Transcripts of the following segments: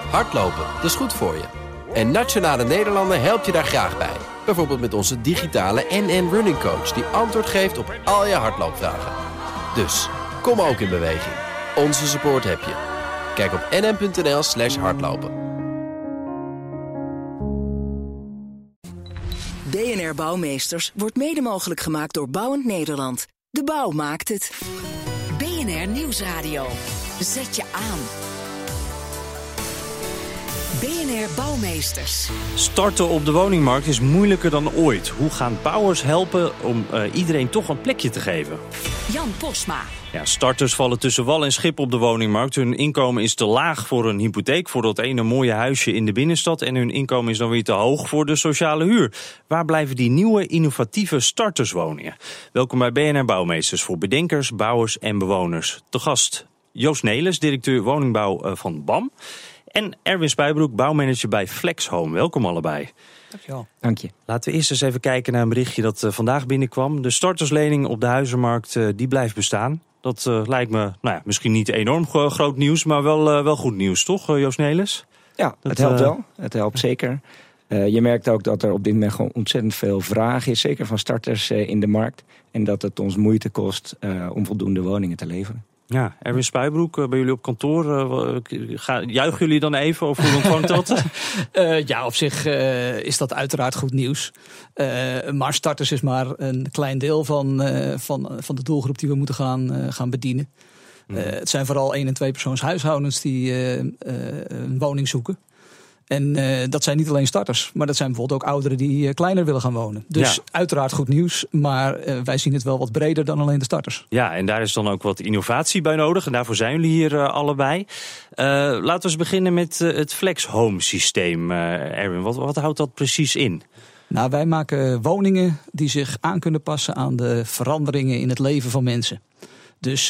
Hardlopen, dat is goed voor je. En Nationale Nederlanden helpt je daar graag bij. Bijvoorbeeld met onze digitale NN Running Coach... die antwoord geeft op al je hardloopvragen. Dus, kom ook in beweging. Onze support heb je. Kijk op nn.nl/hardlopen. BNR Bouwmeesters wordt mede mogelijk gemaakt door Bouwend Nederland. De bouw maakt het. BNR Nieuwsradio. Zet je aan. BNR Bouwmeesters. Starten op de woningmarkt is moeilijker dan ooit. Hoe gaan bouwers helpen om iedereen toch een plekje te geven? Jan Posma. Ja, starters vallen tussen wal en schip op de woningmarkt. Hun inkomen is te laag voor een hypotheek voor dat ene mooie huisje in de binnenstad. En hun inkomen is dan weer te hoog voor de sociale huur. Waar blijven die nieuwe, innovatieve starterswoningen? Welkom bij BNR Bouwmeesters voor bedenkers, bouwers en bewoners. Te gast Joost Nelis, directeur woningbouw van BAM. En Erwin Spuijbroek, bouwmanager bij Flexhome. Welkom allebei. Dankjewel. Dank je. Laten we eerst eens even kijken naar een berichtje dat vandaag binnenkwam. De starterslening op de huizenmarkt die blijft bestaan. Dat lijkt me misschien niet enorm groot nieuws, maar wel goed nieuws, toch Joost Nelis? Ja, het helpt wel. Het helpt zeker. Je merkt ook dat er op dit moment gewoon ontzettend veel vraag is. Zeker van starters in de markt. En dat het ons moeite kost om voldoende woningen te leveren. Ja, Erwin Spuijbroek, bij jullie op kantoor, juichen jullie dan even of hoe ontvangt dat? Ja, op zich is dat uiteraard goed nieuws. Maar starters is maar een klein deel van de doelgroep die we moeten gaan bedienen. Het zijn vooral 1- en 2-persoons huishoudens die een woning zoeken. En dat zijn niet alleen starters, maar dat zijn bijvoorbeeld ook ouderen die kleiner willen gaan wonen. Dus uiteraard goed nieuws, maar wij zien het wel wat breder dan alleen de starters. Ja, en daar is dan ook wat innovatie bij nodig. En daarvoor zijn jullie hier allebei. Laten we eens beginnen met het Flexhome systeem. Erwin, wat houdt dat precies in? Nou, wij maken woningen die zich aan kunnen passen aan de veranderingen in het leven van mensen. Dus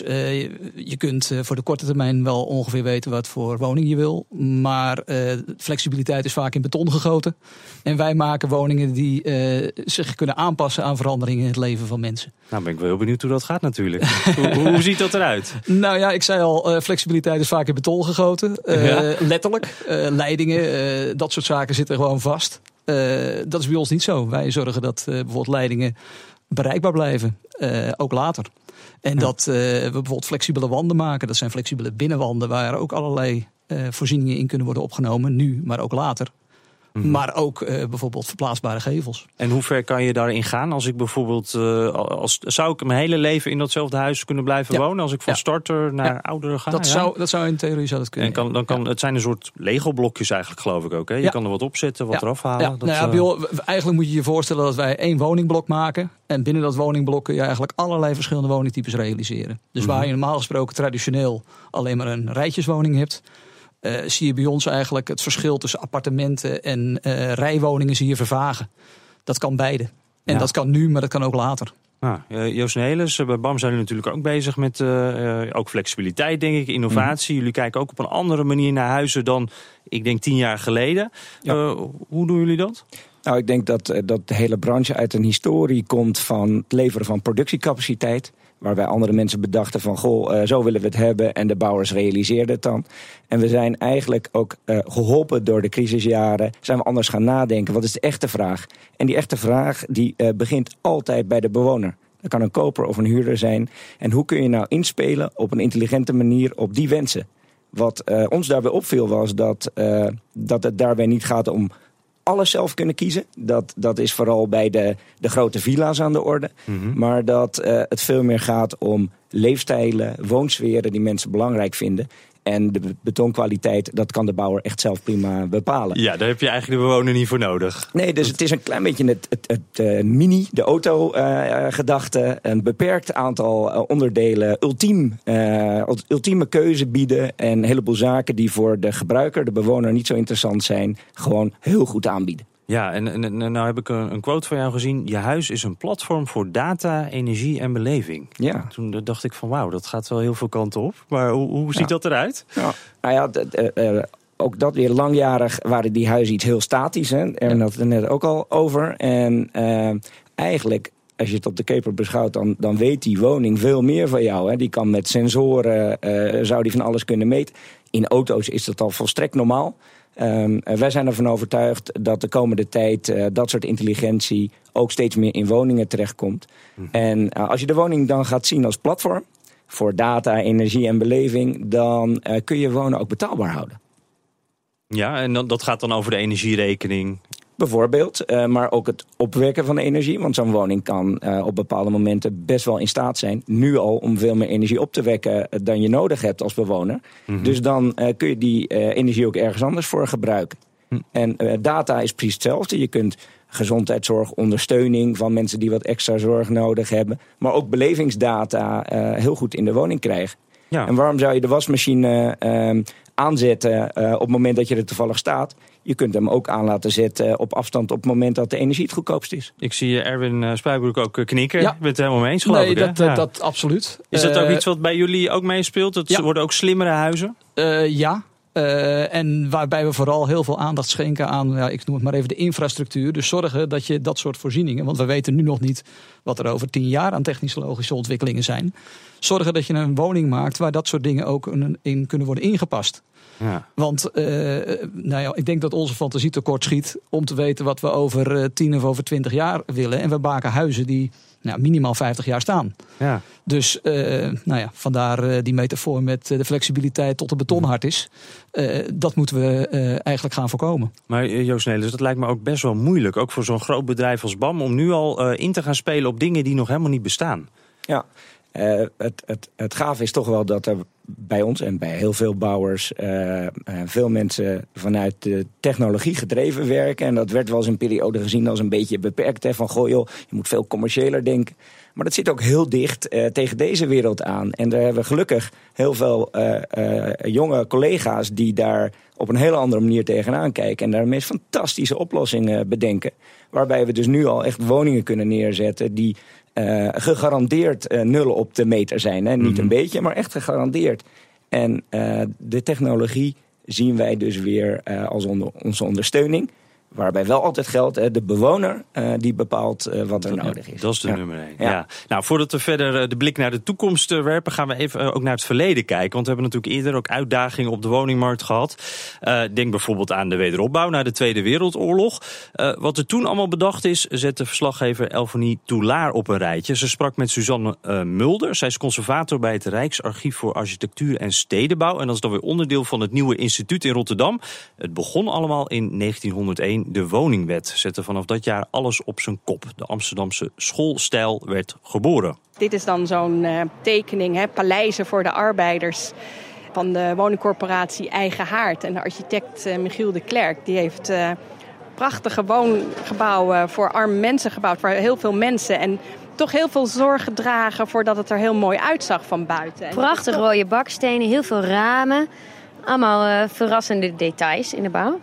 je kunt voor de korte termijn wel ongeveer weten wat voor woning je wil. Maar flexibiliteit is vaak in beton gegoten. En wij maken woningen die zich kunnen aanpassen aan veranderingen in het leven van mensen. Nou, ben ik wel heel benieuwd hoe dat gaat natuurlijk. hoe ziet dat eruit? Nou ja, ik zei al, flexibiliteit is vaak in beton gegoten. Letterlijk. Leidingen, dat soort zaken zitten gewoon vast. Dat is bij ons niet zo. Wij zorgen dat bijvoorbeeld leidingen bereikbaar blijven. Ook later. En dat we bijvoorbeeld flexibele wanden maken. Dat zijn flexibele binnenwanden waar ook allerlei voorzieningen in kunnen worden opgenomen. Nu, maar ook later. Mm-hmm. Maar ook bijvoorbeeld verplaatsbare gevels. En hoe ver kan je daarin gaan? Als ik bijvoorbeeld, zou ik mijn hele leven in datzelfde huis kunnen blijven wonen? Als ik van starter naar ouderen ga? Dat zou in theorie zou dat kunnen. En dan kan het zijn een soort Lego-blokjes eigenlijk, geloof ik ook. Hè? Je kan er wat opzetten, wat eraf halen. Ja. Eigenlijk moet je je voorstellen dat wij 1 woningblok maken. En binnen dat woningblok kun je eigenlijk allerlei verschillende woningtypes realiseren. Dus waar je normaal gesproken traditioneel alleen maar een rijtjeswoning hebt, zie je bij ons eigenlijk het verschil tussen appartementen en rijwoningen zie je vervagen. Dat kan beide. En dat kan nu, maar dat kan ook later. Joost Nelis, bij BAM zijn jullie natuurlijk ook bezig met ook flexibiliteit, denk ik, innovatie. Jullie kijken ook op een andere manier naar huizen dan, ik denk, 10 jaar geleden. Ja. Hoe doen jullie dat? Nou, ik denk dat de hele branche uit een historie komt van het leveren van productiecapaciteit. Waarbij andere mensen bedachten van, zo willen we het hebben. En de bouwers realiseerden het dan. En we zijn eigenlijk ook geholpen door de crisisjaren. Zijn we anders gaan nadenken. Wat is de echte vraag? En die echte vraag die begint altijd bij de bewoner. Dat kan een koper of een huurder zijn. En hoe kun je nou inspelen op een intelligente manier op die wensen? Wat ons daarbij opviel was dat het daarbij niet gaat om alles zelf kunnen kiezen. Dat is vooral bij de grote villa's aan de orde. Mm-hmm. Maar dat het veel meer gaat om leefstijlen, woonsferen die mensen belangrijk vinden. En de betonkwaliteit, dat kan de bouwer echt zelf prima bepalen. Ja, daar heb je eigenlijk de bewoner niet voor nodig. Nee, dus het is een klein beetje de auto-gedachte. Een beperkt aantal onderdelen, ultieme keuze bieden. En een heleboel zaken die voor de gebruiker, de bewoner, niet zo interessant zijn, gewoon heel goed aanbieden. Ja, en nou heb ik een quote van jou gezien. Je huis is een platform voor data, energie en beleving. Ja. Toen dacht ik van wauw, dat gaat wel heel veel kanten op. Maar hoe ziet dat eruit? Ja. Nou ja, ook dat weer langjarig waren die huizen iets heel statisch. Hè? En dat had het er net ook al over. En eigenlijk, als je het op de keper beschouwt, dan weet die woning veel meer van jou. Hè? Die kan met sensoren, zou die van alles kunnen meten. In auto's is dat al volstrekt normaal. Wij zijn ervan overtuigd dat de komende tijd dat soort intelligentie ook steeds meer in woningen terechtkomt. En als je de woning dan gaat zien als platform voor data, energie en beleving, dan kun je wonen ook betaalbaar houden. Ja, en dat gaat dan over de energierekening. Bijvoorbeeld, maar ook het opwekken van de energie. Want zo'n woning kan op bepaalde momenten best wel in staat zijn, nu al, om veel meer energie op te wekken dan je nodig hebt als bewoner. Dus dan kun je die energie ook ergens anders voor gebruiken. En data is precies hetzelfde. Je kunt gezondheidszorg, ondersteuning van mensen die wat extra zorg nodig hebben, maar ook belevingsdata heel goed in de woning krijgen. Ja. En waarom zou je de wasmachine aanzetten op het moment dat je er toevallig staat? Je kunt hem ook aan laten zetten op afstand op het moment dat de energie het goedkoopst is. Ik zie Erwin Spuibroek ook knikken. Ja. Je bent het helemaal mee eens, geloof ik. Dat absoluut. Is dat ook iets wat bij jullie ook meespeelt? Dat worden ook slimmere huizen? Ja. En waarbij we vooral heel veel aandacht schenken aan, ik noem het maar even de infrastructuur. Dus zorgen dat je dat soort voorzieningen, want we weten nu nog niet wat er over 10 jaar aan technisch-logische ontwikkelingen zijn. Zorgen dat je een woning maakt waar dat soort dingen ook in kunnen worden ingepast. Ja. Want ik denk dat onze fantasie tekort schiet om te weten wat we over 10 of over 20 jaar willen. En we maken huizen die minimaal 50 jaar staan. Ja. Dus vandaar die metafoor met de flexibiliteit tot de betonhard is. Dat moeten we eigenlijk gaan voorkomen. Maar Joost Nelis, dat lijkt me ook best wel moeilijk. Ook voor zo'n groot bedrijf als BAM om nu al in te gaan spelen op dingen die nog helemaal niet bestaan. Ja. Het gaaf is toch wel dat er bij ons en bij heel veel bouwers veel mensen vanuit de technologie gedreven werken. En dat werd wel eens een periode gezien als een beetje beperkt. Hè, van goh joh, je moet veel commerciëler denken. Maar dat zit ook heel dicht tegen deze wereld aan. En daar hebben we gelukkig heel veel jonge collega's die daar op een hele andere manier tegenaan kijken. En daar de meest fantastische oplossingen bedenken. Waarbij we dus nu al echt woningen kunnen neerzetten die gegarandeerd nullen op de meter zijn. Hè? Niet een beetje, maar echt gegarandeerd. En de technologie zien wij dus weer als onze ondersteuning. Waarbij wel altijd geldt, de bewoner die bepaalt wat er nodig is. Dat is de nummer 1. Ja. Nou, voordat we verder de blik naar de toekomst werpen, gaan we even ook naar het verleden kijken. Want we hebben natuurlijk eerder ook uitdagingen op de woningmarkt gehad. Denk bijvoorbeeld aan de wederopbouw na de Tweede Wereldoorlog. Wat er toen allemaal bedacht is, zette verslaggever Elfonie Toulaar op een rijtje. Ze sprak met Suzanne Mulder. Zij is conservator bij het Rijksarchief voor Architectuur en Stedenbouw. En dat is dan weer onderdeel van het nieuwe instituut in Rotterdam. Het begon allemaal in 1901. De woningwet zette vanaf dat jaar alles op zijn kop. De Amsterdamse schoolstijl werd geboren. Dit is dan zo'n tekening, paleizen voor de arbeiders van de woningcorporatie Eigen Haard. En de architect Michiel de Klerk die heeft prachtige woongebouwen voor arme mensen gebouwd. Voor heel veel mensen en toch heel veel zorg gedragen voordat het er heel mooi uitzag van buiten. Prachtige rode bakstenen, heel veel ramen. Allemaal verrassende details in de bouw.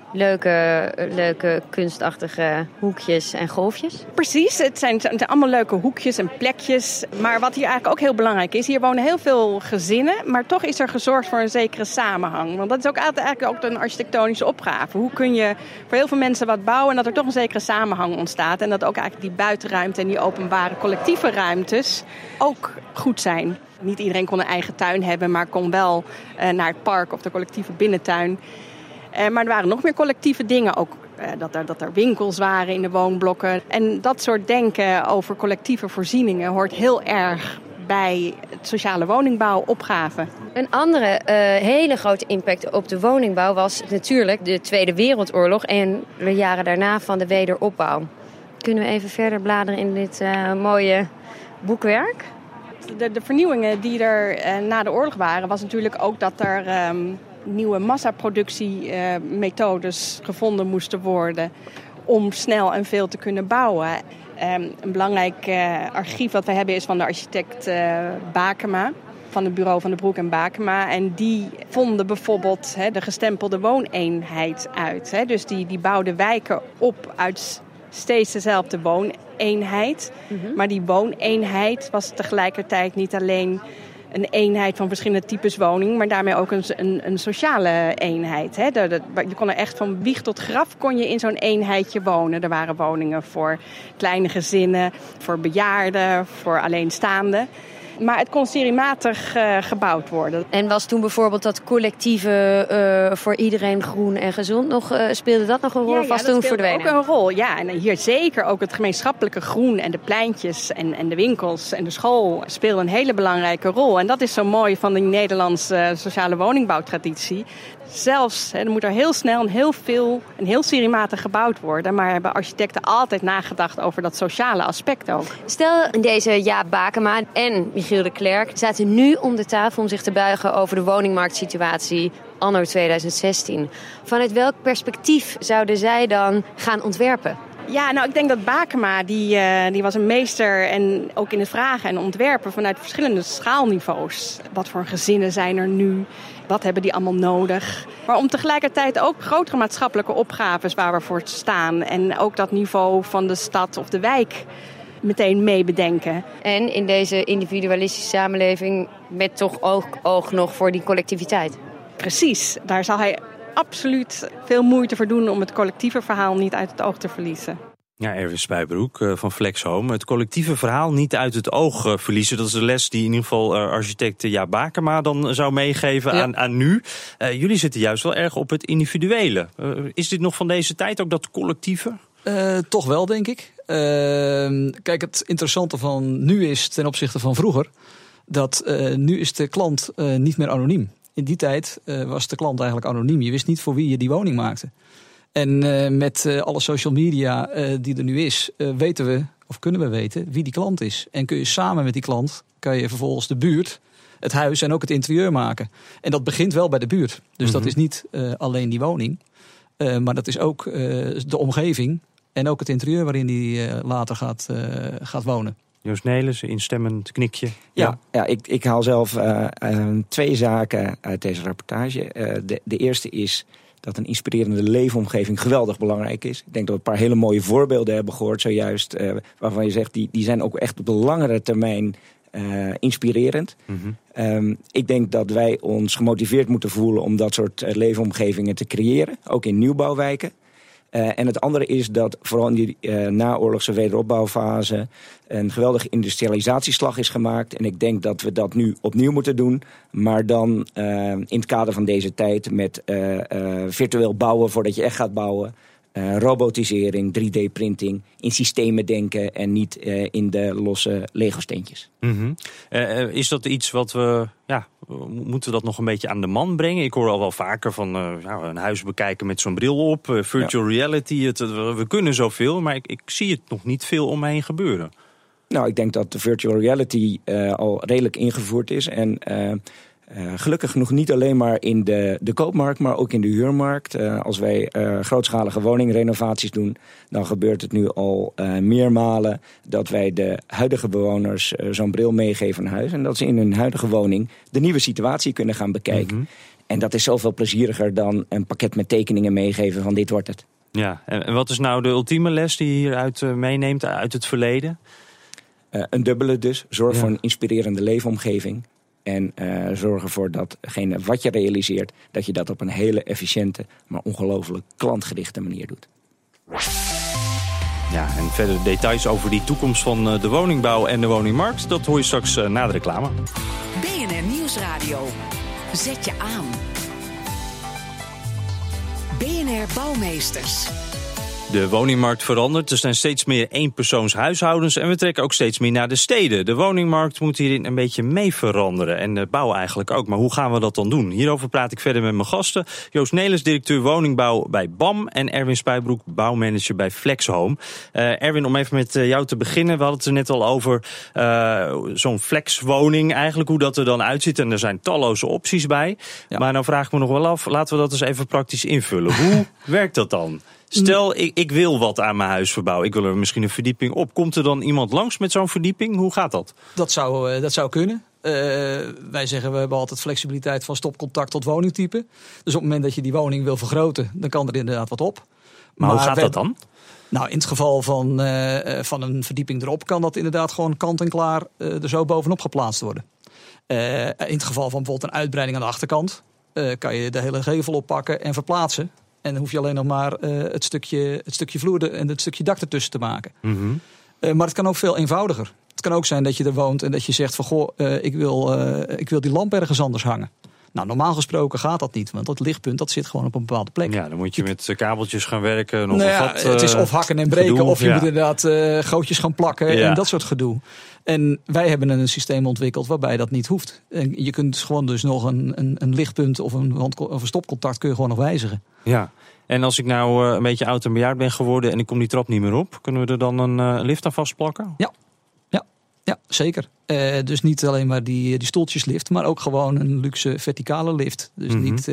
Leuke kunstachtige hoekjes en golfjes. Precies, het zijn allemaal leuke hoekjes en plekjes. Maar wat hier eigenlijk ook heel belangrijk is, hier wonen heel veel gezinnen, maar toch is er gezorgd voor een zekere samenhang. Want dat is ook eigenlijk ook een architectonische opgave. Hoe kun je voor heel veel mensen wat bouwen en dat er toch een zekere samenhang ontstaat. En dat ook eigenlijk die buitenruimte en die openbare collectieve ruimtes ook goed zijn. Niet iedereen kon een eigen tuin hebben, maar kon wel naar het park of de collectieve binnentuin. Maar er waren nog meer collectieve dingen. Ook dat er winkels waren in de woonblokken. En dat soort denken over collectieve voorzieningen hoort heel erg bij het sociale woningbouwopgave. Een andere hele grote impact op de woningbouw was natuurlijk de Tweede Wereldoorlog en de jaren daarna van de wederopbouw. Kunnen we even verder bladeren in dit mooie boekwerk? De vernieuwingen die er na de oorlog waren, was natuurlijk ook dat er nieuwe massaproductiemethodes gevonden moesten worden om snel en veel te kunnen bouwen. Een belangrijk archief wat we hebben is van de architect Bakema, van het bureau van de Broek en Bakema. En die vonden bijvoorbeeld de gestempelde wooneenheid uit. Dus die bouwden wijken op uit steeds dezelfde wooneenheid. Maar die wooneenheid was tegelijkertijd niet alleen een eenheid van verschillende types woning, maar daarmee ook een sociale eenheid. Je kon er echt van wieg tot graf kon je in zo'n eenheidje wonen. Er waren woningen voor kleine gezinnen, voor bejaarden, voor alleenstaanden. Maar het kon seriematig gebouwd worden. En was toen bijvoorbeeld dat collectieve voor iedereen groen en gezond nog, speelde dat nog een rol? Ja, dat speelde ook een rol. Ja, en hier zeker ook het gemeenschappelijke groen en de pleintjes en de winkels en de school speelden een hele belangrijke rol. En dat is zo mooi van de Nederlandse sociale woningbouwtraditie. Zelfs, er moet er heel snel en heel seriematig gebouwd worden. Maar hebben architecten altijd nagedacht over dat sociale aspect ook. Stel, deze Jaap Bakema en Michiel de Klerk zaten nu om de tafel om zich te buigen over de woningmarktsituatie anno 2016. Vanuit welk perspectief zouden zij dan gaan ontwerpen? Ja, nou ik denk dat Bakema, die was een meester en ook in het vragen en ontwerpen vanuit verschillende schaalniveaus. Wat voor gezinnen zijn er nu? Wat hebben die allemaal nodig? Maar om tegelijkertijd ook grotere maatschappelijke opgaves waar we voor staan. En ook dat niveau van de stad of de wijk meteen mee bedenken. En in deze individualistische samenleving met toch ook oog nog voor die collectiviteit. Precies, daar zal hij absoluut veel moeite voor doen om het collectieve verhaal niet uit het oog te verliezen. Ja, Erwin Spijbroek van Flexhome. Het collectieve verhaal niet uit het oog verliezen. Dat is de les die in ieder geval architect Jaap Bakema dan zou meegeven aan nu. Jullie zitten juist wel erg op het individuele. Is dit nog van deze tijd, ook dat collectieve? Toch wel, denk ik. Kijk, het interessante van nu is ten opzichte van vroeger dat nu is de klant niet meer anoniem. In die tijd was de klant eigenlijk anoniem. Je wist niet voor wie je die woning maakte. En met alle social media die er nu is, weten we, of kunnen we weten, wie die klant is. En kun je samen met die klant, kan je vervolgens de buurt, het huis en ook het interieur maken. En dat begint wel bij de buurt. Dus dat is niet alleen die woning. Maar dat is ook de omgeving en ook het interieur waarin die later gaat wonen. Joost Nelis, instemmend knikje. Ja, ik haal zelf 2 zaken uit deze rapportage. De eerste is dat een inspirerende leefomgeving geweldig belangrijk is. Ik denk dat we een paar hele mooie voorbeelden hebben gehoord zojuist. Waarvan je zegt, die zijn ook echt op de langere termijn inspirerend. Mm-hmm. Ik denk dat wij ons gemotiveerd moeten voelen om dat soort leefomgevingen te creëren. Ook in nieuwbouwwijken. En het andere is dat vooral in die naoorlogse wederopbouwfase een geweldige industrialisatieslag is gemaakt. En ik denk dat we dat nu opnieuw moeten doen. Maar dan in het kader van deze tijd met virtueel bouwen voordat je echt gaat bouwen. Robotisering, 3D-printing, in systemen denken en niet in de losse Lego-steentjes. Mm-hmm. Is dat iets wat we, moeten we dat nog een beetje aan de man brengen? Ik hoor al wel vaker van een huis bekijken met zo'n bril op, virtual reality. We kunnen zoveel, maar ik zie het nog niet veel om me heen gebeuren. Nou, ik denk dat de virtual reality al redelijk ingevoerd is en gelukkig nog niet alleen maar in de koopmarkt, maar ook in de huurmarkt. Als wij grootschalige woningrenovaties doen, dan gebeurt het nu al meermalen dat wij de huidige bewoners zo'n bril meegeven aan huis. En dat ze in hun huidige woning de nieuwe situatie kunnen gaan bekijken. Mm-hmm. En dat is zoveel plezieriger dan een pakket met tekeningen meegeven van dit wordt het. Ja, en wat is nou de ultieme les die je hieruit meeneemt uit het verleden? Een dubbele dus. Zorg voor een inspirerende leefomgeving. En zorg ervoor datgene wat je realiseert, dat je dat op een hele efficiënte, maar ongelooflijk klantgerichte manier doet. Ja, en verder details over die toekomst van de woningbouw en de woningmarkt, dat hoor je straks na de reclame. BNR Nieuwsradio. Zet je aan. BNR Bouwmeesters. De woningmarkt verandert, er zijn steeds meer eenpersoonshuishoudens en we trekken ook steeds meer naar de steden. De woningmarkt moet hierin een beetje mee veranderen en de bouw eigenlijk ook. Maar hoe gaan we dat dan doen? Hierover praat ik verder met mijn gasten. Joost Nelis, directeur woningbouw bij BAM en Erwin Spijbroek, bouwmanager bij Flexhome. Erwin, om even met jou te beginnen. We hadden het er net al over zo'n flexwoning eigenlijk, hoe dat er dan uitziet. En er zijn talloze opties bij. Ja. Maar nou vraag ik me nog wel af, laten we dat eens even praktisch invullen. Hoe werkt dat dan? Stel, ik wil wat aan mijn huis verbouwen. Ik wil er misschien een verdieping op. Komt er dan iemand langs met zo'n verdieping? Hoe gaat dat? Dat zou kunnen. Wij zeggen, we hebben altijd flexibiliteit van stopcontact tot woningtype. Dus op het moment dat je die woning wil vergroten, dan kan er inderdaad wat op. Maar hoe gaat dat dan? Nou, in het geval van een verdieping erop kan dat inderdaad gewoon kant en klaar er zo bovenop geplaatst worden. In het geval van bijvoorbeeld een uitbreiding aan de achterkant, kan je de hele gevel oppakken en verplaatsen. En dan hoef je alleen nog maar het stukje vloer en het stukje dak ertussen te maken. Mm-hmm. Maar het kan ook veel eenvoudiger. Het kan ook zijn dat je er woont en dat je zegt van goh, ik wil die lamp ergens anders hangen. Nou, normaal gesproken gaat dat niet, want dat lichtpunt dat zit gewoon op een bepaalde plek. Ja, dan moet je met kabeltjes gaan werken. Het is of hakken en breken, gedoe, of je moet inderdaad gootjes gaan plakken en dat soort gedoe. En wij hebben een systeem ontwikkeld waarbij dat niet hoeft. En je kunt gewoon dus nog een lichtpunt of een stopcontact kun je gewoon nog wijzigen. Ja. En als ik nou een beetje oud en bejaard ben geworden en ik kom die trap niet meer op, kunnen we er dan een lift aan vastplakken? Ja, zeker. Dus niet alleen maar die stoeltjeslift, maar ook gewoon een luxe verticale lift. Dus niet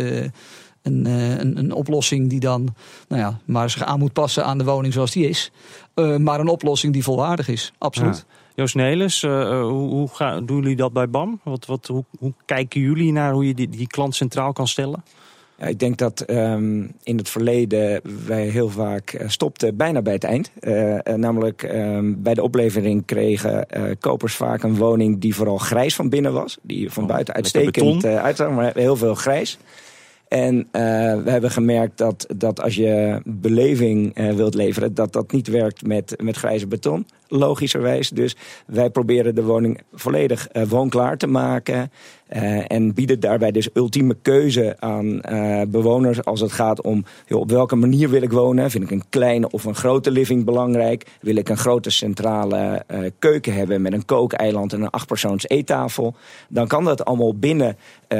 een oplossing die dan maar zich aan moet passen aan de woning zoals die is. Maar een oplossing die volwaardig is, absoluut. Ja. Joost Nelis, hoe doen jullie dat bij BAM? Hoe kijken jullie naar hoe je die klant centraal kan stellen? Ja, ik denk dat in het verleden wij heel vaak stopten bijna bij het eind. Namelijk bij de oplevering kregen kopers vaak een woning die vooral grijs van binnen was. Die van buiten uitstekend uitzag, maar heel veel grijs. En we hebben gemerkt dat als je beleving wilt leveren, dat niet werkt met grijze beton. Logischerwijs. Dus wij proberen de woning volledig woonklaar te maken. En bieden daarbij dus ultieme keuze aan bewoners als het gaat om op welke manier wil ik wonen. Vind ik een kleine of een grote living belangrijk? Wil ik een grote centrale keuken hebben met een kookeiland en een 8-persoons eettafel? Dan kan dat allemaal binnen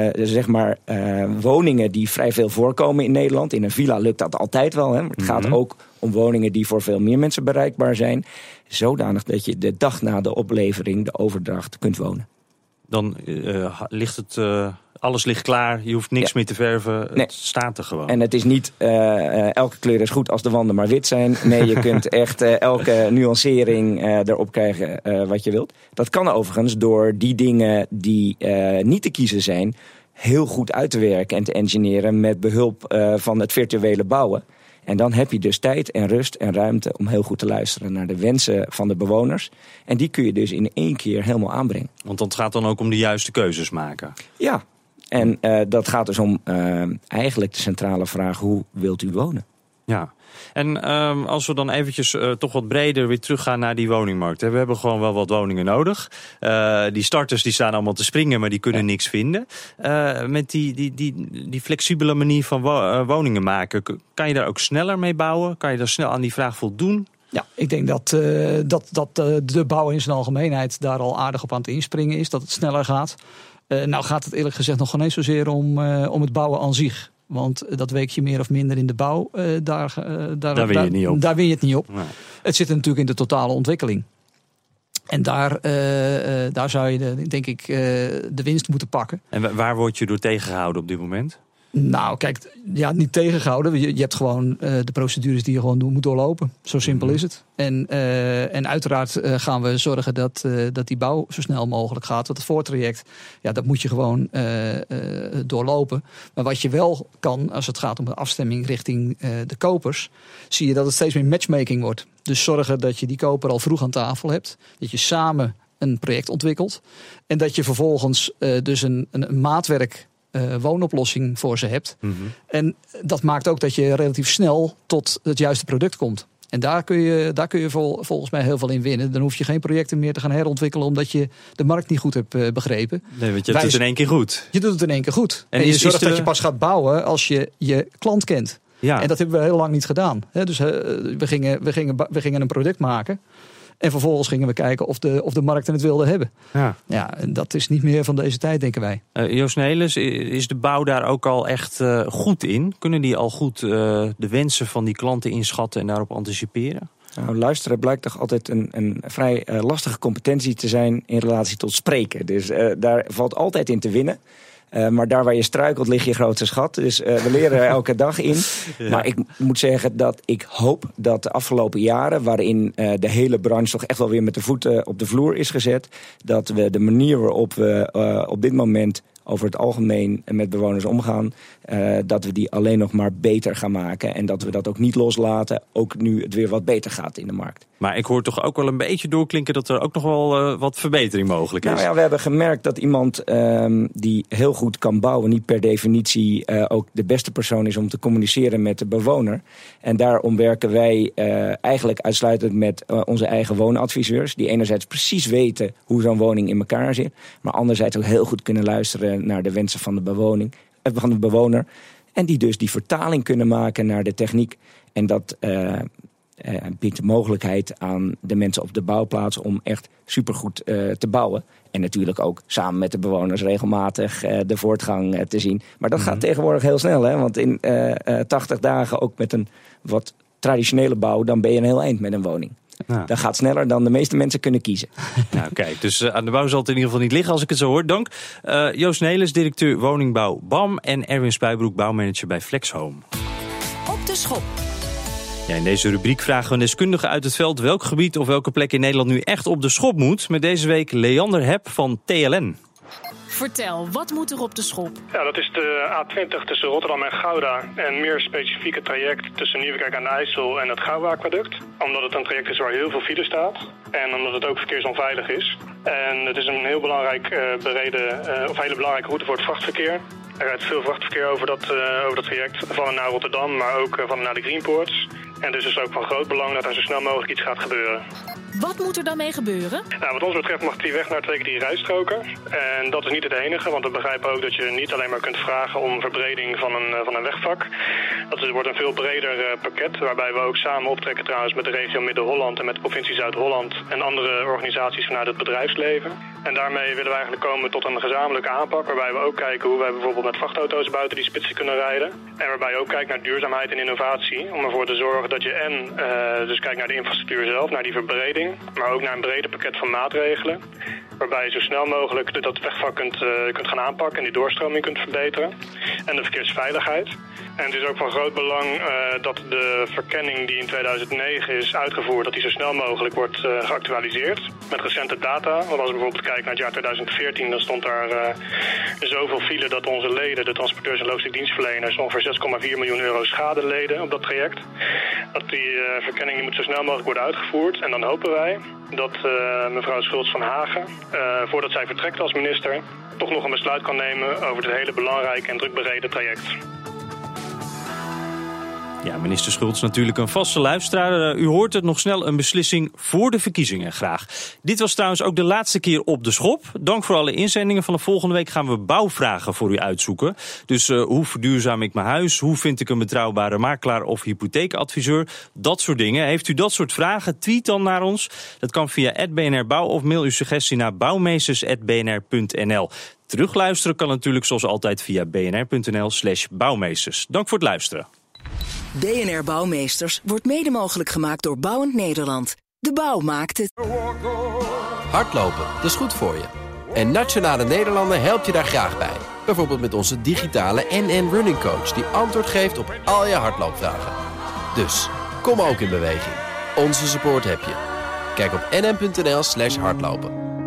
woningen die vrij veel voorkomen in Nederland. In een villa lukt dat altijd wel. Hè? Maar het gaat ook om woningen die voor veel meer mensen bereikbaar zijn. Zodanig dat je de dag na de oplevering, de overdracht, kunt wonen. Dan ligt het, alles ligt klaar, je hoeft niks meer te verven, het staat er gewoon. En het is niet elke kleur is goed als de wanden maar wit zijn. Nee, je kunt echt elke nuancering erop krijgen wat je wilt. Dat kan overigens door die dingen die niet te kiezen zijn heel goed uit te werken en te engineeren met behulp van het virtuele bouwen. En dan heb je dus tijd en rust en ruimte om heel goed te luisteren naar de wensen van de bewoners. En die kun je dus in één keer helemaal aanbrengen. Want het gaat dan ook om de juiste keuzes maken. Ja, en dat gaat dus om eigenlijk de centrale vraag: hoe wilt u wonen? Ja. En als we dan eventjes toch wat breder weer teruggaan naar die woningmarkt. Hè. We hebben gewoon wel wat woningen nodig. Die starters die staan allemaal te springen, maar die kunnen niks vinden. Met die flexibele manier van woningen maken, kan je daar ook sneller mee bouwen? Kan je daar snel aan die vraag voldoen? Ja, ik denk dat de bouw in zijn algemeenheid daar al aardig op aan te inspringen is. Dat het sneller gaat. Nou gaat het eerlijk gezegd nog geen eens zozeer om het bouwen aan zich. Want dat week je meer of minder in de bouw, daar win je het niet op. Daar win je het niet op. Nee. Het zit natuurlijk in de totale ontwikkeling. En daar zou je denk ik de winst moeten pakken. En waar word je door tegengehouden op dit moment? Nou, kijk, niet tegengehouden. Je hebt gewoon de procedures die je gewoon moet doorlopen. Zo simpel is het. En uiteraard gaan we zorgen dat die bouw zo snel mogelijk gaat. Want het voortraject, dat moet je gewoon doorlopen. Maar wat je wel kan, als het gaat om de afstemming richting de kopers, zie je dat het steeds meer matchmaking wordt. Dus zorgen dat je die koper al vroeg aan tafel hebt. Dat je samen een project ontwikkelt. En dat je vervolgens dus een maatwerk woonoplossing voor ze hebt. Mm-hmm. En dat maakt ook dat je relatief snel tot het juiste product komt. En daar kun je volgens mij heel veel in winnen. Dan hoef je geen projecten meer te gaan herontwikkelen omdat je de markt niet goed hebt begrepen. Nee, want je doet het in één keer goed. Je doet het in één keer goed. En je zorgt dat je pas gaat bouwen als je je klant kent. Ja. En dat hebben we heel lang niet gedaan. Dus we gingen een product maken. En vervolgens gingen we kijken of de markten het wilden hebben. Ja, en dat is niet meer van deze tijd, denken wij. Joost Nelis, is de bouw daar ook al echt goed in? Kunnen die al goed de wensen van die klanten inschatten en daarop anticiperen? Nou, luisteren blijkt toch altijd een vrij lastige competentie te zijn in relatie tot spreken. Dus daar valt altijd in te winnen. Maar daar waar je struikelt ligt je grootste schat. Dus we leren er elke dag in. Ja. Maar ik moet zeggen dat ik hoop dat de afgelopen jaren, waarin de hele branche toch echt wel weer met de voeten op de vloer is gezet, dat we de manier waarop we op dit moment over het algemeen met bewoners omgaan, dat we die alleen nog maar beter gaan maken. En dat we dat ook niet loslaten, ook nu het weer wat beter gaat in de markt. Maar ik hoor toch ook wel een beetje doorklinken dat er ook nog wel wat verbetering mogelijk is. Nou ja, we hebben gemerkt dat iemand die heel goed kan bouwen niet per definitie ook de beste persoon is om te communiceren met de bewoner. En daarom werken wij eigenlijk uitsluitend met onze eigen woonadviseurs, die enerzijds precies weten hoe zo'n woning in elkaar zit, maar anderzijds ook heel goed kunnen luisteren naar de wensen van de bewoner. En die dus die vertaling kunnen maken naar de techniek. En dat biedt de mogelijkheid aan de mensen op de bouwplaats om echt supergoed te bouwen. En natuurlijk ook samen met de bewoners regelmatig de voortgang te zien. Maar dat gaat tegenwoordig heel snel. Hè? Want in 80 dagen, ook met een wat traditionele bouw, dan ben je een heel eind met een woning. Nou. Dat gaat sneller dan de meeste mensen kunnen kiezen. Nou kijk, dus aan de bouw zal het in ieder geval niet liggen als ik het zo hoor. Dank. Joost Nelis, directeur woningbouw BAM en Erwin Spuijbroek, bouwmanager bij Flexhome. Op de schop. Ja, in deze rubriek vragen we een deskundige uit het veld welk gebied of welke plek in Nederland nu echt op de schop moet. Met deze week Leander Hep van TLN. Vertel, wat moet er op de schop? Ja, dat is de A20 tussen Rotterdam en Gouda en meer specifiek het traject tussen Nieuwekerk aan de IJssel en het Gouwe-aquaduct. Omdat het een traject is waar heel veel file staat en omdat het ook verkeersonveilig is. En het is een heel belangrijk hele belangrijke route voor het vrachtverkeer. Er rijdt veel vrachtverkeer over dat traject, van en naar Rotterdam, maar ook van en naar de Greenports. En dus is het ook van groot belang dat er zo snel mogelijk iets gaat gebeuren. Wat moet er dan mee gebeuren? Nou, wat ons betreft mag die weg naar 2 keer 3 rijstroken. En dat is niet het enige, want we begrijpen ook dat je niet alleen maar kunt vragen om verbreding van een wegvak. Dat wordt een veel breder pakket, waarbij we ook samen optrekken trouwens met de regio Midden-Holland en met de provincie Zuid-Holland en andere organisaties vanuit het bedrijfsleven. En daarmee willen we eigenlijk komen tot een gezamenlijke aanpak, waarbij we ook kijken hoe wij bijvoorbeeld met vrachtauto's buiten die spitsen kunnen rijden. En waarbij je ook kijkt naar duurzaamheid en innovatie, om ervoor te zorgen dat je dus kijkt naar de infrastructuur zelf, naar die verbreding, maar ook naar een breder pakket van maatregelen. Waarbij je zo snel mogelijk dat wegvak kunt gaan aanpakken en die doorstroming kunt verbeteren. En de verkeersveiligheid. En het is ook van groot belang dat de verkenning die in 2009 is uitgevoerd, dat die zo snel mogelijk wordt geactualiseerd. Met recente data. Want als we bijvoorbeeld kijken naar het jaar 2014, dan stond daar zoveel file dat onze leden, de transporteurs en logistiek dienstverleners, ongeveer 6,4 miljoen euro schade leden op dat traject. Dat die verkenning die moet zo snel mogelijk worden uitgevoerd. En dan hopen wij dat mevrouw Schultz van Hagen, voordat zij vertrekt als minister, toch nog een besluit kan nemen over dit hele belangrijke en druk bereden traject. Ja, minister Schultz natuurlijk een vaste luisteraar. U hoort het, nog snel een beslissing voor de verkiezingen graag. Dit was trouwens ook de laatste keer op de schop. Dank voor alle inzendingen. Van de volgende week gaan we bouwvragen voor u uitzoeken. Dus hoe verduurzaam ik mijn huis? Hoe vind ik een betrouwbare makelaar of hypotheekadviseur? Dat soort dingen. Heeft u dat soort vragen? Tweet dan naar ons. Dat kan via @BNRBouw of mail uw suggestie naar bouwmeesters@bnr.nl. Terugluisteren kan natuurlijk zoals altijd via bnr.nl/bouwmeesters. Dank voor het luisteren. BNR Bouwmeesters wordt mede mogelijk gemaakt door Bouwend Nederland. De bouw maakt het. Hardlopen, dat is goed voor je. En Nationale Nederlanden helpt je daar graag bij. Bijvoorbeeld met onze digitale NN Running Coach, die antwoord geeft op al je hardloopvragen. Dus, kom ook in beweging. Onze support heb je. Kijk op nn.nl/hardlopen.